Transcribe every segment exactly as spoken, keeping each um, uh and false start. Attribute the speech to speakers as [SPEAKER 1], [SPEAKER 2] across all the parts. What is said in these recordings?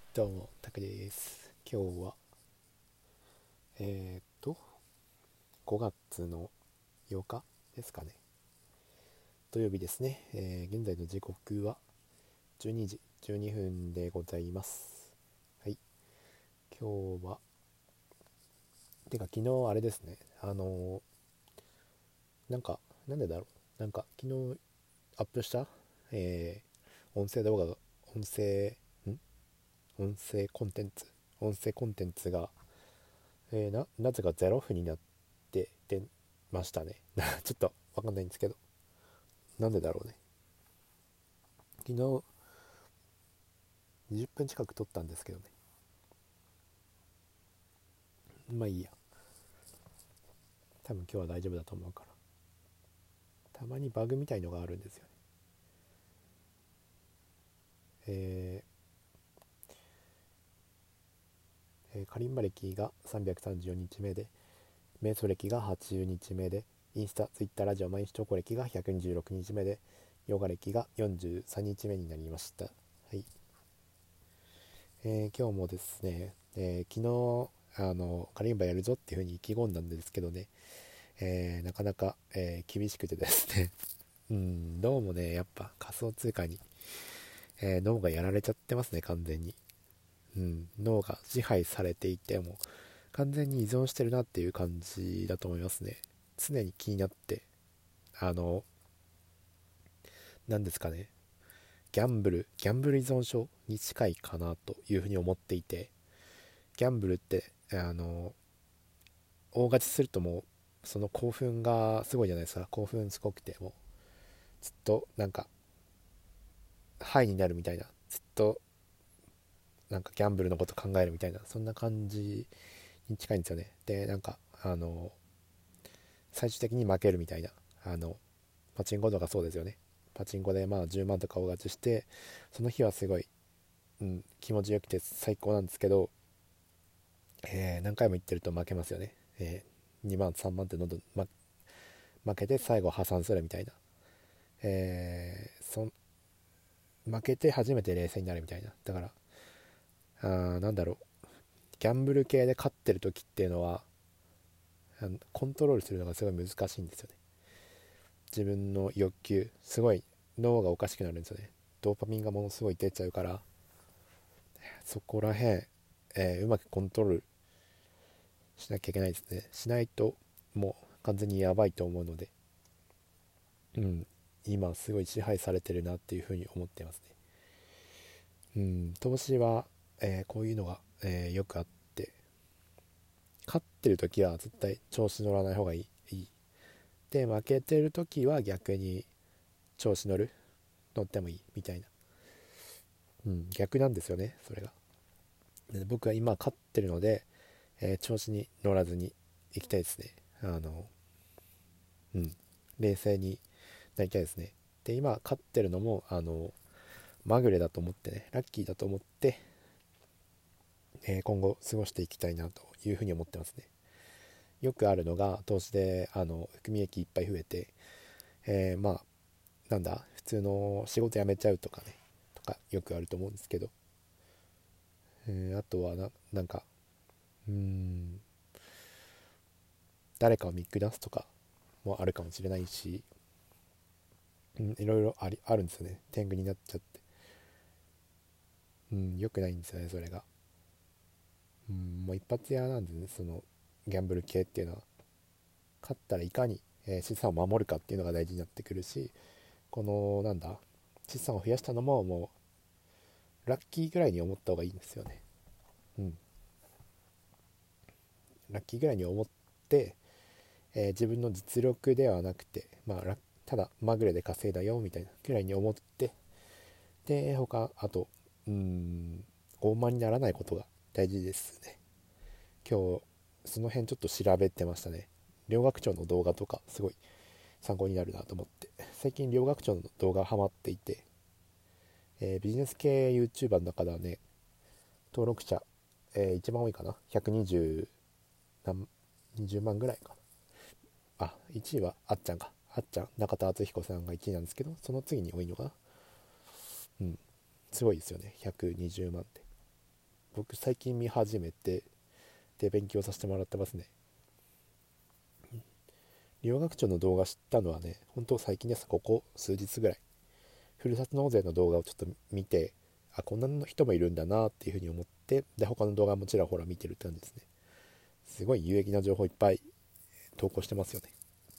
[SPEAKER 1] どうも、タクです。今日は、えーっと、ごがつのようかですかね。土曜日ですね。えー現在の時刻はじゅうにじじゅうにふんでございます。はい。今日は、てか昨日あれですね。あのーなんか、なんでだろう。なんか、昨日アップした、えー音声動画が、音声、ん音声コンテンツ音声コンテンツが、えーな、なぜかゼロ分になって出ましたね。ちょっとわかんないんですけど、なんでだろうね。昨日にじゅっぷん近く撮ったんですけどね。まあいいや。多分今日は大丈夫だと思うから。たまにバグみたいのがあるんですよね。えーえーカリンバ歴がさんびゃくさんじゅうよにちめで、瞑想歴がはちじゅうにちめで、インスタ、ツイッター、ラジオ、毎日投稿歴がひゃくにじゅうろくにちめで、ヨガ歴がよんじゅうさんにちめになりました。はい。えー今日もですね、えー昨日、あの、カリンバやるぞっていう風に意気込んだんですけどね、えーなかなか、えー厳しくてですね、うん、どうもね、やっぱ仮想通貨に、えー脳がやられちゃってますね、完全に。うん、脳が支配されていて、もう完全に依存してるなっていう感じだと思いますね。常に気になって、あの、何ですかね、ギャンブル、ギャンブル依存症に近いかなというふうに思っていて、ギャンブルって、あの、大勝ちするともう、その興奮がすごいじゃないですか。興奮すごくて、もう、ずっとなんか、ハイになるみたいな、ずっとなんかギャンブルのこと考えるみたいな、そんな感じに近いんですよね。で、なんか、あの、最終的に負けるみたいな、あの、パチンコとかそうですよね。パチンコでまあじゅうまんとか大勝ちして、その日はすごい、うん、気持ちよくて最高なんですけど、えー何回も言ってると負けますよね。えーにまんさんまんってどんどん、ま、負けて最後破産するみたいな、えーそん負けて初めて冷静になるみたいな。だからあーなんだろう、ギャンブル系で勝ってる時っていうのは、あのコントロールするのがすごい難しいんですよね。自分の欲求、すごい脳がおかしくなるんですよね。ドーパミンがものすごい出ちゃうから、そこら辺、えーうまくコントロールしなきゃいけないですね。しないともう完全にやばいと思うので、うん、今すごい支配されてるなっていうふうに思ってますね。うん、投資は、えーこういうのが、えーよくあって、勝ってる時は絶対調子乗らない方がいい。いいで、負けてる時は逆に調子乗る、乗ってもいいみたいな、うん、逆なんですよね、それが。で僕は今勝ってるので、えー調子に乗らずに行きたいですね。あの、うん、冷静になりたいですね。で、今勝ってるのも、あの、まぐれだと思ってね、ラッキーだと思って、えー今後過ごしていきたいなというふうに思ってますね。よくあるのが、投資で、あの、含み益いっぱい増えて、えーまあ、なんだ、普通の仕事辞めちゃうとかね、とかよくあると思うんですけど、えーあとはな、なんか、うーん、誰かを見下すとかもあるかもしれないし、うん、いろいろありあるんですよね。天狗になっちゃって。うん、良くないんですよね、それが。うん、もう一発屋なんでね、そのギャンブル系っていうのは。勝ったらいかに、えー資産を守るかっていうのが大事になってくるし、この、なんだ、資産を増やしたのももう、ラッキーぐらいに思った方がいいんですよね。うん。ラッキーぐらいに思って、えー自分の実力ではなくて、まあ、ラただまぐれで稼いだよみたいなぐらいに思って、で、他、あと、うーん、傲慢にならないことが大事ですね。今日、その辺ちょっと調べてましたね。両学長の動画とか、すごい参考になるなと思って。最近、両学長の動画ハマっていて、えービジネス系 YouTuber の中ではね、登録者、えー一番多いかな。ひゃくにじゅう何、にじゅうまんぐらいかな。あ、いちいはあっちゃんか。あっちゃん、中田敦彦さんがいちいなんですけど、その次に多いのかな。うん、すごいですよね。ひゃくにじゅうまんって。 僕最近見始めて、で勉強させてもらってますね。利用学長の動画知ったのはね、本当最近です。ここ数日ぐらい。ふるさと納税の動画をちょっと見て、あ、こんな人もいるんだなっていうふうに思って、で他の動画もちらほら見てるって感じですね。すごい有益な情報いっぱい投稿してますよね。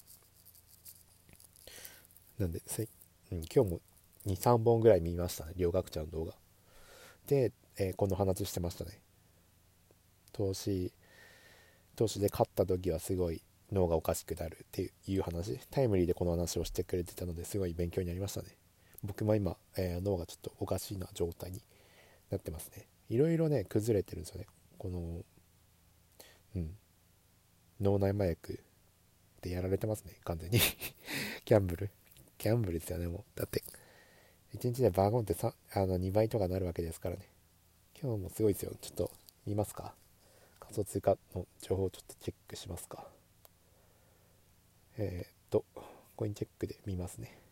[SPEAKER 1] なんでせ、うん、今日もにさんぼんぐらい見ましたね、両学長の動画で、えーこの話してましたね。投資投資で勝った時はすごい脳がおかしくなるっていう話、タイムリーでこの話をしてくれてたのですごい勉強になりましたね。僕も今、えー脳がちょっとおかしいな状態になってますね。いろいろね崩れてるんですよね。この、うん脳内麻薬でやられてますね完全にギャンブルギャンブルですよね。もうだっていちにちでバーゴンってさあのにばいとかなるわけですからね。今日もすごいですよ。ちょっと見ますか。仮想通貨の情報をちょっとチェックしますか。えー、っとコインチェックで見ますね。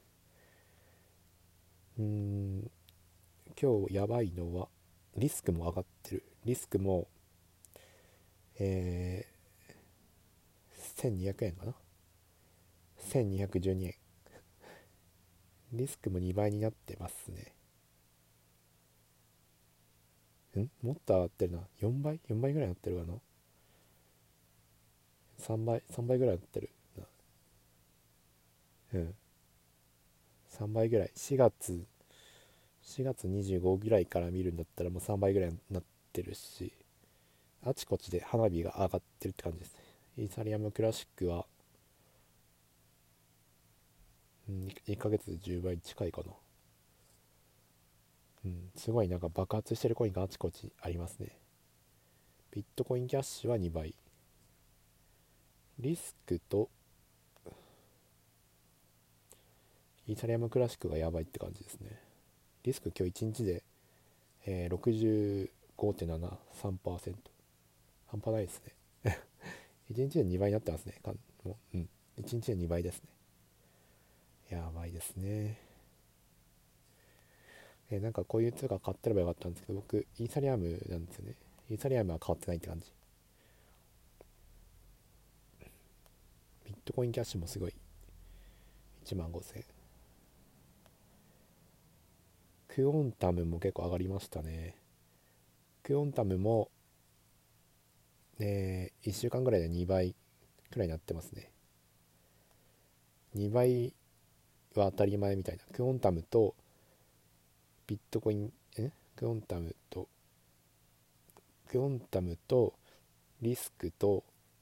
[SPEAKER 1] うーん今日やばいのはリスクも上がってる。リスクもえー、せんにひゃくえんかな。せんにひゃくじゅうにえん。リスクもにばいになってますね。んもっと上がってるな。よんばい ?よん 倍ぐらいになってるかな。さんばい さんばいぐらいになってるな。うん。さんばいぐらい。4月、しがつにじゅうごぐらいから見るんだったらもうさんばいぐらいになってるし、あちこちで花火が上がってるって感じですね。イーサリアムクラシックは、うん、いっかげつでじゅうばいに近いかな。うん、すごいなんか爆発してるコインがあちこちありますね。ビットコインキャッシュはにばい。リスクとイーサリアムクラシックがやばいって感じですね。リスク今日いちにちで、えー、ろくじゅうごてんななさんパーセント。半端ないですね。いちにちでにばいになってますね。かんもう、うん。いちにちでにばいですね。やばいですね。えーなんかこういう通貨買ってればよかったんですけど、僕、イーサリアムなんですよね。イーサリアムは変わってないって感じ。ビットコインキャッシュもすごい。いちまんごせん。クオンタムも結構上がりましたね。クオンタムも、えー、いっしゅうかんぐらいでにばいくらいになってますね。にばいは当たり前みたいな。クオンタムとビットコイン、えクオンタムと、クオンタムとリスクと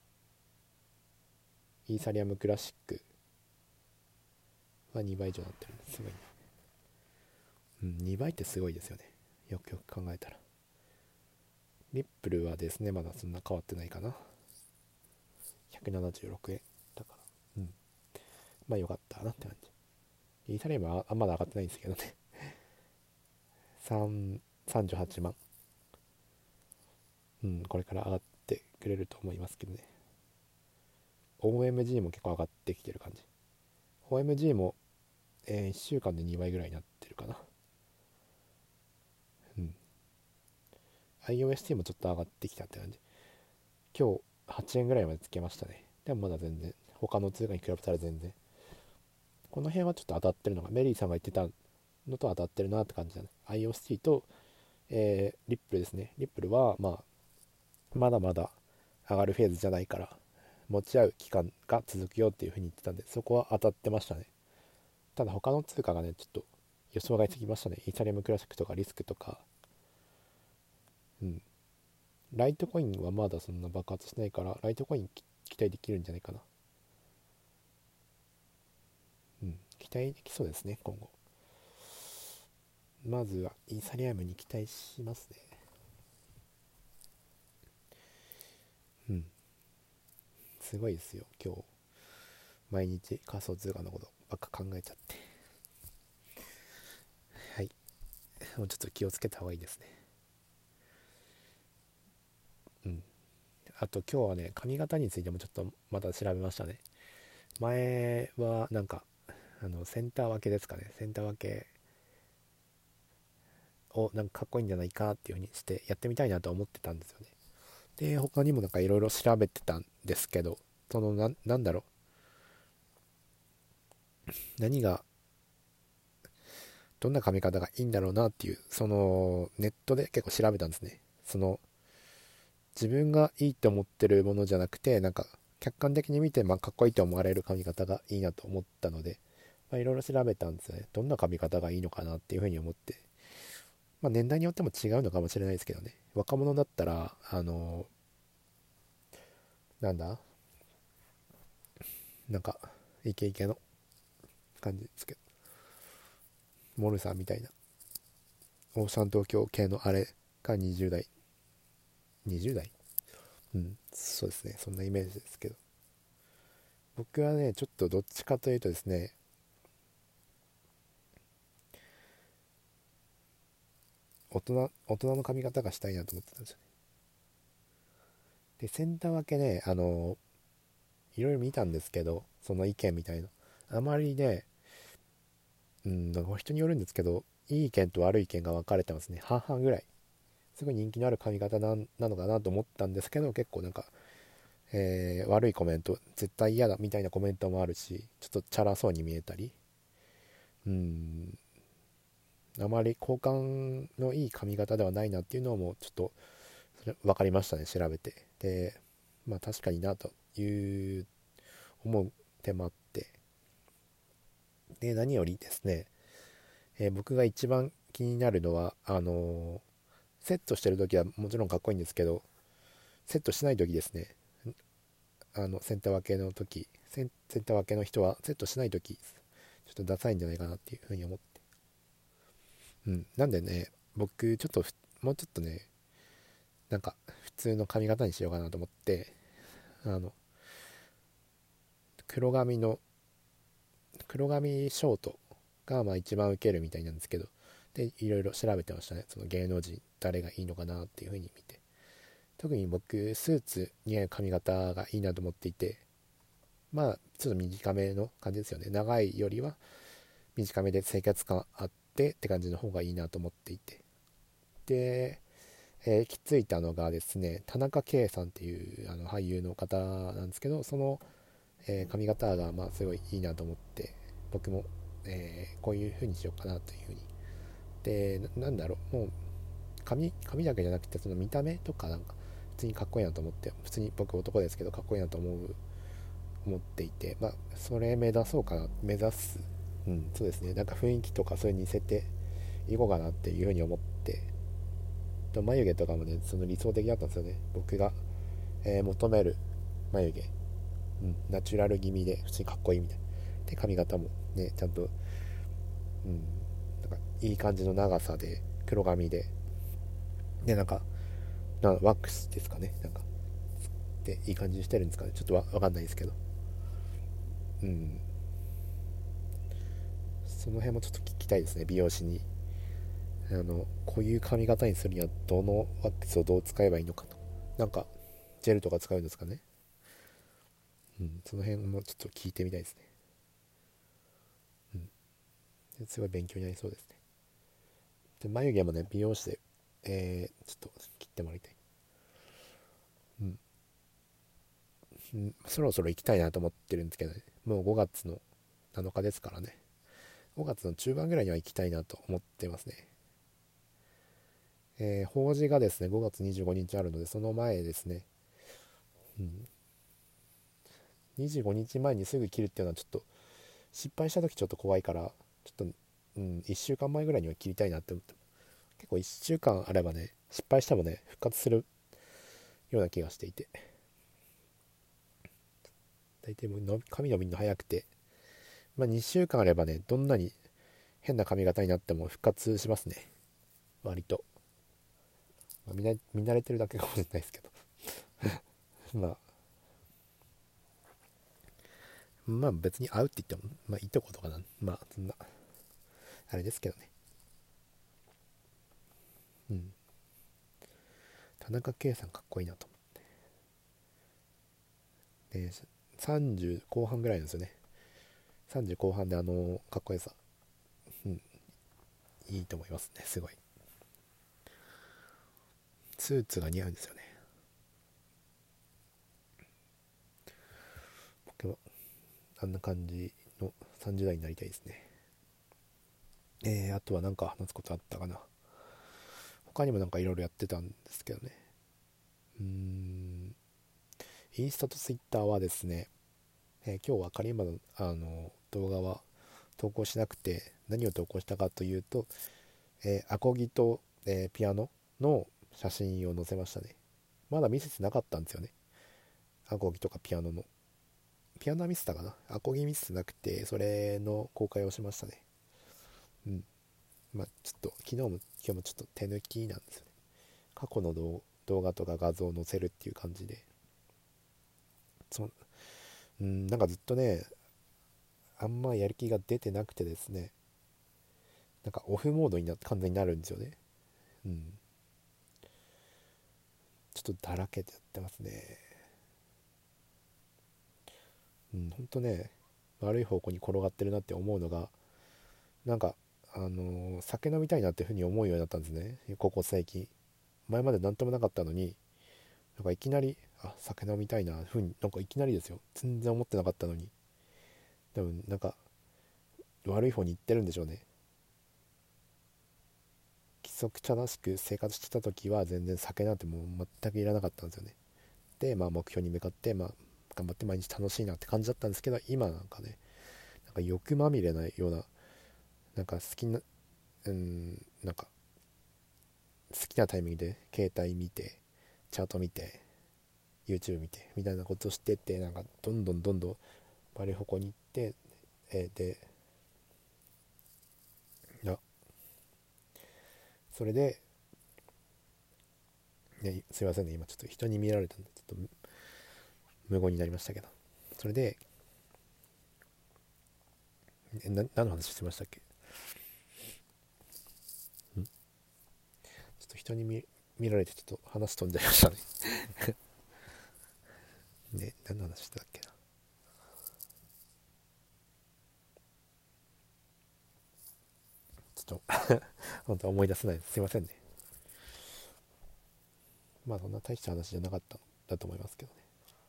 [SPEAKER 1] イーサリアムクラシックはにばい以上になってるんです。すごいね。うん、にばいってすごいですよね。よくよく考えたら。リップルはですね、まだそんな変わってないかな。ひゃくななじゅうろくえん。だから、うん。まあよかったなって感じ。イーサリアムはあまだ上がってないんですけどね。さん、さんじゅうはちまん。うん、これから上がってくれると思いますけどね。オーエムジー も結構上がってきてる感じ。オーエムジー も、えー、いっしゅうかんでにばいぐらいになってるかな。うん。アイオーエスティー もちょっと上がってきたって感じ。今日はちえんぐらいまでつけましたね。でもまだ全然、他の通貨に比べたら全然。この辺はちょっと当たってるのが、メリーさんが言ってたのと当たってるなって感じだね。アイオーエスティー と、えー、リップルですね。リップルは、まあ、まだまだ上がるフェーズじゃないから、持ち合う期間が続くよっていう風に言ってたんで、そこは当たってましたね。ただ他の通貨がね、ちょっと予想外すぎましたね。イーサリアムクラシックとかリスクとか、うん。ライトコインはまだそんな爆発しないから、ライトコイン期待できるんじゃないかな。うん。期待できそうですね、今後。まずはイーサリアムに期待しますね。うん。すごいですよ、今日。毎日仮想通貨のことばっか考えちゃって。はい。もうちょっと気をつけた方がいいですね。うん。あと今日はね、髪型についてもちょっとまた調べましたね。前はなんか、あの、センター分けですかね。センター分けをなんかかっこいいんじゃないかっていう風にしてやってみたいなと思ってたんですよね。で他にもなんかいろいろ調べてたんですけど、そのな、なんだろう、何がどんな髪型がいいんだろうなっていう、そのネットで結構調べたんですね。その自分がいいと思ってるものじゃなくて、なんか客観的に見て、まあ、かっこいいと思われる髪型がいいなと思ったので、まあ、いろいろ調べたんですよね。どんな髪型がいいのかなっていうふうに思って、まあ、年代によっても違うのかもしれないですけどね。若者だったらあのなんだなんかイケイケの感じですけど、モルさんみたいなオーシャン東京系のあれがにじゅう代、にじゅう代、うん、そうですね、そんなイメージですけど、僕はねちょっとどっちかというとですね、大人大人の髪型がしたいなと思ってたんですよね。でセンター分けね、あのいろいろ見たんですけど、その意見みたいな、あまりね、うん、なんか人によるんですけど、いい意見と悪い意見が分かれてますね。半々ぐらい。すごい人気のある髪型ななのかなと思ったんですけど、結構なんか、えー悪いコメント、絶対嫌だみたいなコメントもあるし、ちょっとチャラそうに見えたり、うん、あまり好感のいい髪型ではないなっていうのもちょっとそれ分かりましたね、調べて。で、まあ確かになという思う点もあって、で何よりですね、えー僕が一番気になるのはあのーセットしてる時はもちろんかっこいいんですけど、セットしない時ですね、あのセンター分けの時セン、センター分けの人はセットしない時ちょっとダサいんじゃないかなっていうふうに思って、うん、なんでね、僕ちょっともうちょっとね、なんか普通の髪型にしようかなと思って、あの黒髪の黒髪ショートがまあ一番ウケるみたいなんですけど、でいろいろ調べてましたね。その芸能人誰がいいのかなっていうふうに見て、特に僕スーツ似合う髪型がいいなと思っていて、まあちょっと短めの感じですよね。長いよりは短めで清潔感あってって感じの方がいいなと思っていて、で、えー行き着いたのがですね、田中圭さんっていうあの俳優の方なんですけど、その、えー髪型がまあすごいいいなと思って、僕も、えーこういう風にしようかなという風に。でな、なんだろう、もう髪髪だけじゃなくて、その見た目とかなんか普通にかっこいいなと思って、普通に僕男ですけどかっこいいなと思う思っていて、まあそれ目指そうかな、目指す、うん、そうですね、なんか雰囲気とかそういうに似せていこうかなっていう風に思って、と眉毛とかもね、その理想的だったんですよね、僕が、えー求める眉毛、うん、ナチュラル気味で普通にかっこいいみたいな。で髪型もねちゃんと、うん、なんかいい感じの長さで黒髪で、でなんかなワックスですかね、なんかでいい感じにしてるんですかね、ちょっとわわかんないですけど、うん、その辺もちょっと聞きたいですね、美容師に。あのこういう髪型にするにはどのワックスをどう使えばいいのかと、なんかジェルとか使うんですかね、うん、その辺もちょっと聞いてみたいですね。うん、すごい勉強になりそうですね。で眉毛もね美容師で、えー、ちょっと切ってもらいたい。うん、うん、そろそろ行きたいなと思ってるんですけどね、もうごがつのなのかですからね、ごがつの中盤ぐらいには行きたいなと思ってますね。えー、法事がですねごがつにじゅうごにちあるので、その前ですね、うん、にじゅうごにちまえにすぐ切るっていうのはちょっと失敗した時ちょっと怖いから、ちょっと、うん、いっしゅうかんまえぐらいには切りたいなって思って、結構いっしゅうかんあればね、失敗してもね復活するような気がしていて、大体もうの髪伸びるの早くて、まあ、にしゅうかんあればね、どんなに変な髪型になっても復活しますね、割と。まあ、見な見慣れてるだけかもしれないですけどまあまあ別に会うって言ってもまあいいとことかな、まあそんなあれですけどね。うん、田中圭さんかっこいいなと思って、でさんじゅう後半ぐらいなんですよね。さんじゅう後半であのかっこよさ、うん、いいと思いますね、すごい。 スーツが似合うんですよね。僕はあんな感じのさんじゅう代になりたいですね。えー、あとは何か話すことあったかな。他にもなんかいろいろやってたんですけどね。うーんインスタとツイッターはですね、えー今日はカリンバの、あの動画は投稿しなくて、何を投稿したかというと、えーアコギと、えーピアノの写真を載せましたね。まだ見せてなかったんですよね、アコギとかピアノの。ピアノは見せたかな、アコギ見せてなくて、それの公開をしましたね。うんまあちょっと昨日も今日もちょっと手抜きなんですよね。過去の動動画とか画像を載せるっていう感じで、そうんなんかずっとね、あんまやる気が出てなくてですね、なんかオフモードにな完全になるんですよね。うんちょっとだらけてやってますね。うんほんとね、悪い方向に転がってるなって思うのが、なんかあのー酒飲みたいなっていうふうに思うようになったんですね、ここ最近。前まで何ともなかったのに、なんかいきなり、あ、酒飲みたいなふうに、なんかいきなりですよ、全然思ってなかったのに。多分なんか悪い方に行ってるんでしょうね。規則正しく生活してた時は全然酒なんてもう全くいらなかったんですよね。で、まあ、目標に向かって、まあ、頑張って毎日楽しいなって感じだったんですけど、今なんかね、なんか欲まみれなような、なんか好きな、うん、なんか好きなタイミングで携帯見て、チャート見て、YouTube 見てみたいなことをしてって、なんかどんどんどんどん悪い方向に行って、えーでいやそれで、ね、すいませんね、今ちょっと人に見られたんでちょっと無言になりましたけど、それでえな何の話してましたっけ。んちょっと人に見見られてちょっと話飛んじゃいましたね。ね、何の話してたっけな。ちょっと本当は思い出せないです、すいませんね。まあそんな大した話じゃなかったんだと思いますけどね。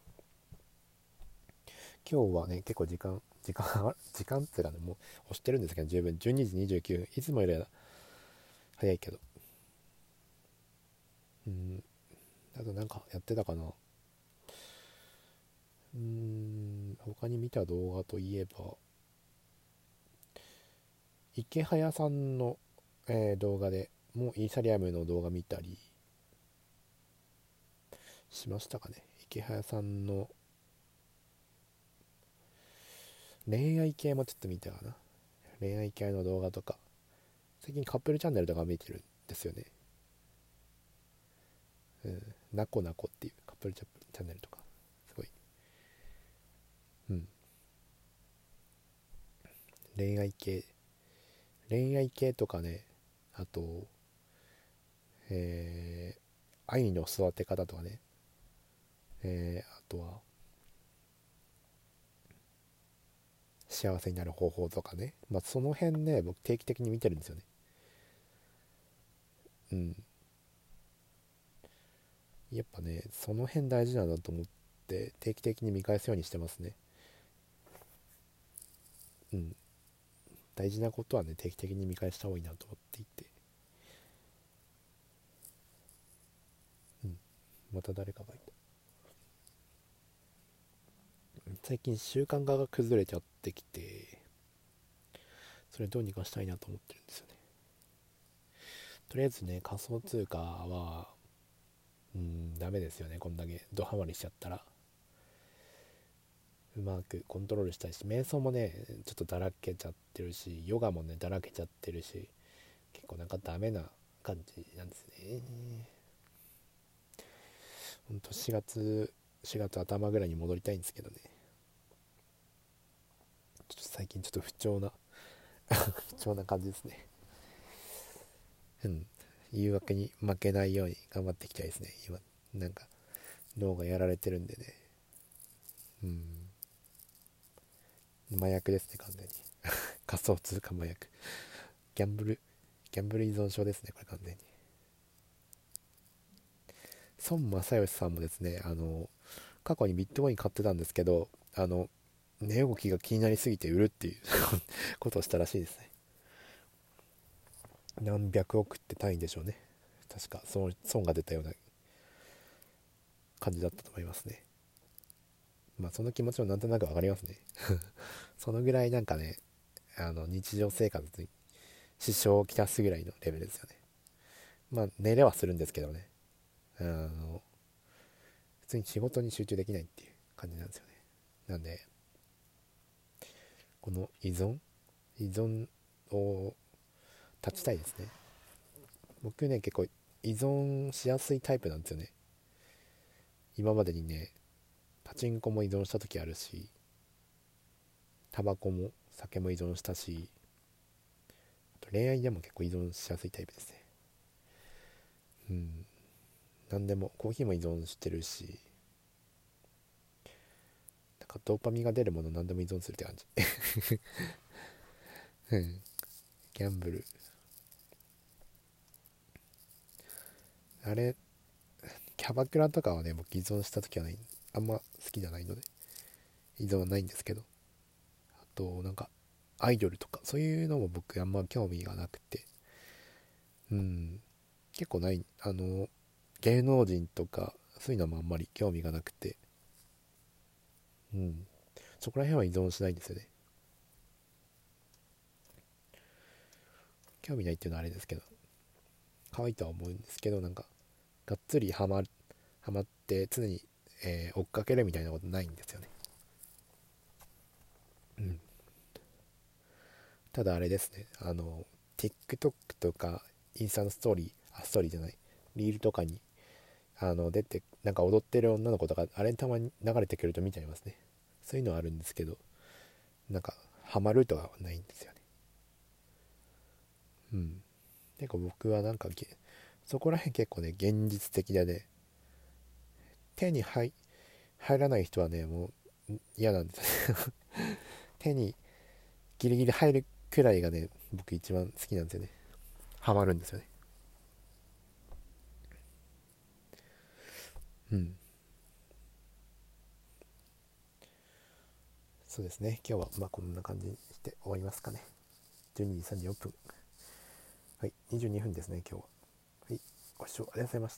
[SPEAKER 1] 今日はね結構時間時間時間っていうかね、もう押してるんですけど、十分じゅうにじにじゅうきゅうふん、いつもよりは早いけど。うんあとなんかやってたかな。うーん他に見た動画といえば、池早さんの、えー動画でもうイーサリアムの動画見たりしましたかね。池早さんの恋愛系もちょっと見たかな。恋愛系の動画とか、最近カップルチャンネルとか見てるんですよね。うん、なこなこっていうカップルチャンネルとか、すごい、うん、恋愛系、恋愛系とかね、あと、えー、愛の育て方とかね、えー、あとは、幸せになる方法とかね、まあ、その辺ね、僕定期的に見てるんですよね。うん。やっぱね、その辺大事なんだと思って、定期的に見返すようにしてますね。うん。大事なことはね、定期的に見返した方がいいなと思っていて。うん。また誰かがいた。最近習慣化が崩れちゃってきて、それどうにかしたいなと思ってるんですよね。とりあえずね、仮想通貨は、うん、ダメですよね。こんだけドハマりしちゃったら。うまくコントロールしたいし、瞑想もね、ちょっとだらけちゃってるし、ヨガもね、だらけちゃってるし、結構なんかダメな感じなんですね。ほんとしがつ、しがつ頭ぐらいに戻りたいんですけどね。ちょっと最近ちょっと不調な、不調な感じですね。うん。誘惑に負けないように頑張っていきたいですね。今、なんか脳がやられてるんでね。うん。麻薬ですね、完全に。仮想通貨麻薬。ギャンブル、ギャンブル依存症ですね、これ完全に。 孫正義さんもですね、あの過去にビットコイン買ってたんですけど、あの値動きが気になりすぎて売るっていうことをしたらしいですね。何百億って単位でしょうね。確かその損が出たような感じだったと思いますね。まあその気持ちもなんとなくわかりますね。そのぐらいなんかね、あの日常生活に支障をきたすぐらいのレベルですよね。まあ寝れはするんですけどね、あの普通に仕事に集中できないっていう感じなんですよね。なんでこの依存依存を断ちたいですね。僕ね結構依存しやすいタイプなんですよね。今までにねパチンコも依存した時あるし、タバコも酒も依存したし、あと恋愛でも結構依存しやすいタイプですね。うん、何でもコーヒーも依存してるし、なんかドーパミンが出るもの何でも依存するって感じ。うん、ギャンブル、あれキャバクラとかはね僕依存した時はない、あんま好きじゃないので依存はないんですけど、あとなんかアイドルとかそういうのも僕あんま興味がなくて、うん、結構ない、あの芸能人とかそういうのもあんまり興味がなくて、うん、そこら辺は依存しないんですよね。興味ないっていうのはあれですけど、可愛いとは思うんですけど、なんかがっつりハマるハマって常に、えー追っかけるみたいなことないんですよね。うん、ただあれですね、あの TikTok とかインスタのストーリー、あストーリーじゃないリールとかにあの出てなんか踊ってる女の子とかあれたまに流れてくると見ちゃいますね。そういうのはあるんですけど、なんかハマるとはないんですよね。うん。結構僕はなんかそこら辺結構ね現実的でね、手に入入らない人はねもう嫌なんですよ。手にギリギリ入るくらいがね僕一番好きなんですよね。ハマるんですよね。うん。そうですね、今日はまあこんな感じにして終わりますかね。じゅうにじさんじゅうよんぷん、はい、にじゅうにふんですね今日は。はい、ご視聴ありがとうございました。